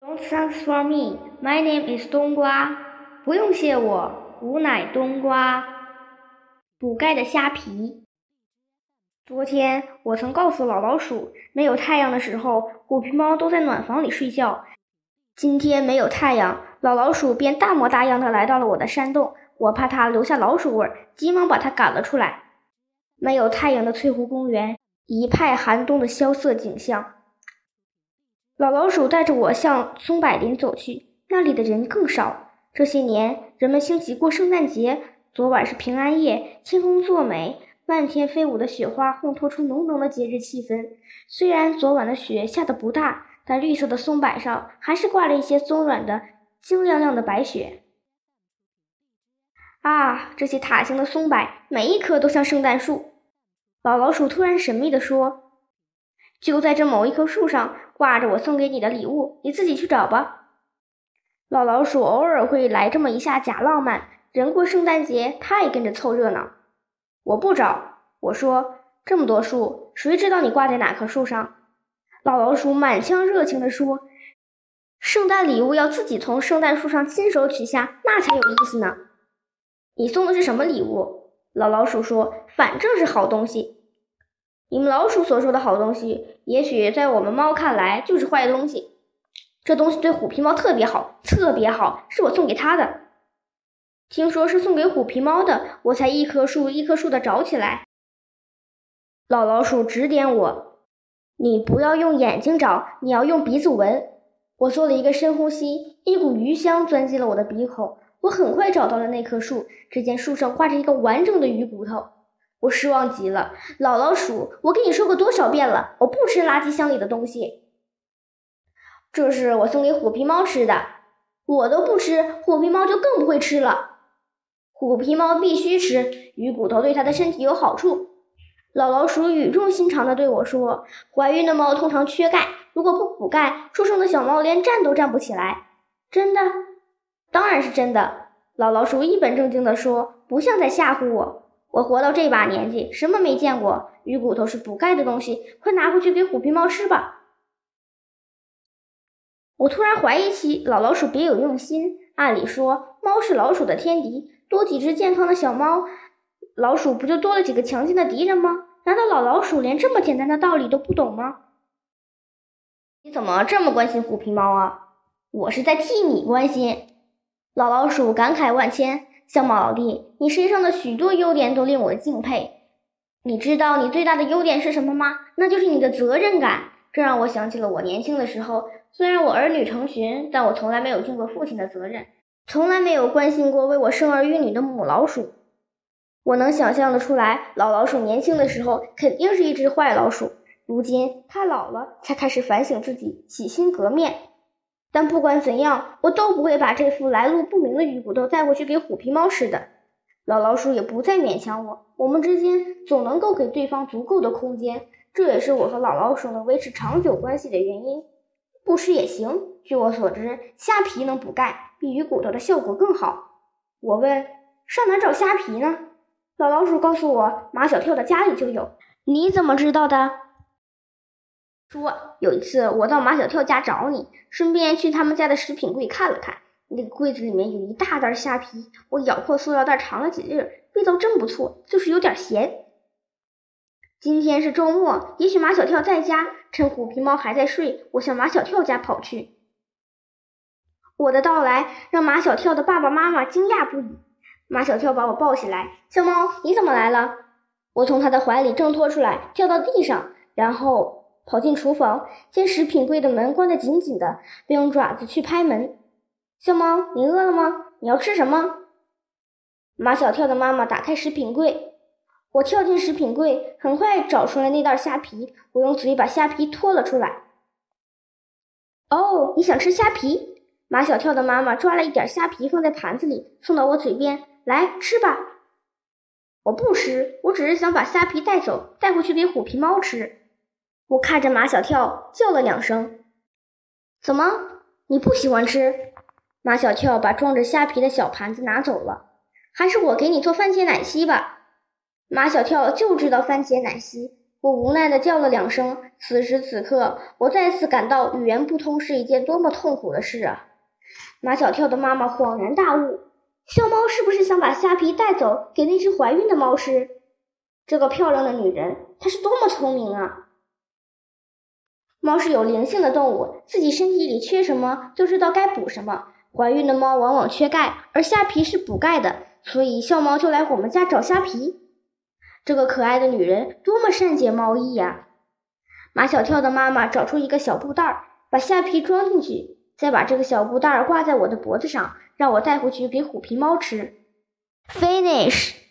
Don't thanks for me. My name is 冬瓜。不用谢我，吾乃冬瓜。补钙的虾皮。昨天我曾告诉老老鼠，没有太阳的时候，虎皮猫都在暖房里睡觉。今天没有太阳，老老鼠便大模大样的来到了我的山洞。我怕它留下老鼠味，急忙把它赶了出来。没有太阳的翠湖公园，一派寒冬的萧瑟景象。老老鼠带着我向松柏林走去，那里的人更少。这些年，人们兴起过圣诞节，昨晚是平安夜，天空作美，漫天飞舞的雪花烘托出浓浓的节日气氛。虽然昨晚的雪下得不大，但绿色的松柏上还是挂了一些松软的、晶亮亮的白雪。啊，这些塔形的松柏，每一棵都像圣诞树。老老鼠突然神秘地说：“就在这某一棵树上挂着我送给你的礼物，你自己去找吧。”老老鼠偶尔会来这么一下假浪漫，人过圣诞节，他也跟着凑热闹。我不找，我说，这么多树，谁知道你挂在哪棵树上？老老鼠满腔热情地说：“圣诞礼物要自己从圣诞树上亲手取下，那才有意思呢。”你送的是什么礼物？老老鼠说：“反正是好东西。”你们老鼠所说的好东西，也许在我们猫看来就是坏东西。这东西对虎皮猫特别好，特别好，是我送给它的。听说是送给虎皮猫的，我才一棵树一棵树的找起来。老老鼠指点我：“你不要用眼睛找，你要用鼻子闻。”我做了一个深呼吸，一股鱼香钻进了我的鼻孔。我很快找到了那棵树，只见树上挂着一个完整的鱼骨头。我失望极了，老老鼠，我跟你说过多少遍了，我不吃垃圾箱里的东西。这是我送给虎皮猫吃的，我都不吃，虎皮猫就更不会吃了。虎皮猫必须吃，鱼骨头对它的身体有好处。老老鼠语重心长地对我说：“怀孕的猫通常缺钙，如果不补钙，出生的小猫连站都站不起来。”真的？当然是真的。老老鼠一本正经地说，不像在吓唬我。我活到这把年纪，什么没见过？鱼骨头是补钙的东西，快拿回去给虎皮猫吃吧。我突然怀疑起老老鼠别有用心。按理说，猫是老鼠的天敌，多几只健康的小猫，老鼠不就多了几个强劲的敌人吗？难道老老鼠连这么简单的道理都不懂吗？你怎么这么关心虎皮猫啊？我是在替你关心。老老鼠感慨万千：“相貌老弟，你身上的许多优点都令我敬佩。你知道你最大的优点是什么吗？那就是你的责任感。这让我想起了我年轻的时候，虽然我儿女成群，但我从来没有尽过父亲的责任，从来没有关心过为我生儿育女的母老鼠。我能想象得出来，老老鼠年轻的时候肯定是一只坏老鼠，如今它老了，才开始反省自己，洗心革面。但不管怎样，我都不会把这副来路不明的鱼骨头带回去给虎皮猫吃的。老老鼠也不再勉强我，我们之间总能够给对方足够的空间，这也是我和老老鼠能维持长久关系的原因。不吃也行，据我所知，虾皮能补钙，比鱼骨头的效果更好。我问：“上哪找虾皮呢？”老老鼠告诉我，马小跳的家里就有。你怎么知道的？说有一次我到马小跳家找你，顺便去他们家的食品柜看了看，那个柜子里面有一大袋虾皮，我咬破塑料袋尝了几粒，味道真不错，就是有点咸。今天是周末，也许马小跳在家，趁虎皮猫还在睡，我向马小跳家跑去。我的到来让马小跳的爸爸妈妈惊讶不已。马小跳把我抱起来：“小猫，你怎么来了？”我从他的怀里挣脱出来，跳到地上，然后跑进厨房，见食品柜的门关得紧紧的，便用爪子去拍门。“小猫，你饿了吗？你要吃什么？”马小跳的妈妈打开食品柜，我跳进食品柜，很快找出来那袋虾皮，我用嘴把虾皮拖了出来。“哦，你想吃虾皮？”马小跳的妈妈抓了一点虾皮放在盘子里，送到我嘴边，“来，吃吧。”我不吃，我只是想把虾皮带走，带回去给虎皮猫吃。我看着马小跳叫了2声。“怎么，你不喜欢吃？”马小跳把装着虾皮的小盘子拿走了。“还是我给你做番茄奶昔吧。”马小跳就知道番茄奶昔， 我无奈地叫了2声。此时此刻，我再次感到语言不通是一件多么痛苦的事啊！马小跳的妈妈恍然大悟，小猫是不是想把虾皮带走给那只怀孕的猫吃？这个漂亮的女人，她是多么聪明啊！猫是有灵性的动物，自己身体里缺什么就知道该补什么。怀孕的猫往往缺钙，而虾皮是补钙的，所以笑猫就来我们家找虾皮。这个可爱的女人多么善解猫意呀！马小跳的妈妈找出一个小布袋，把虾皮装进去，再把这个小布袋挂在我的脖子上，让我带回去给虎皮猫吃。Finish。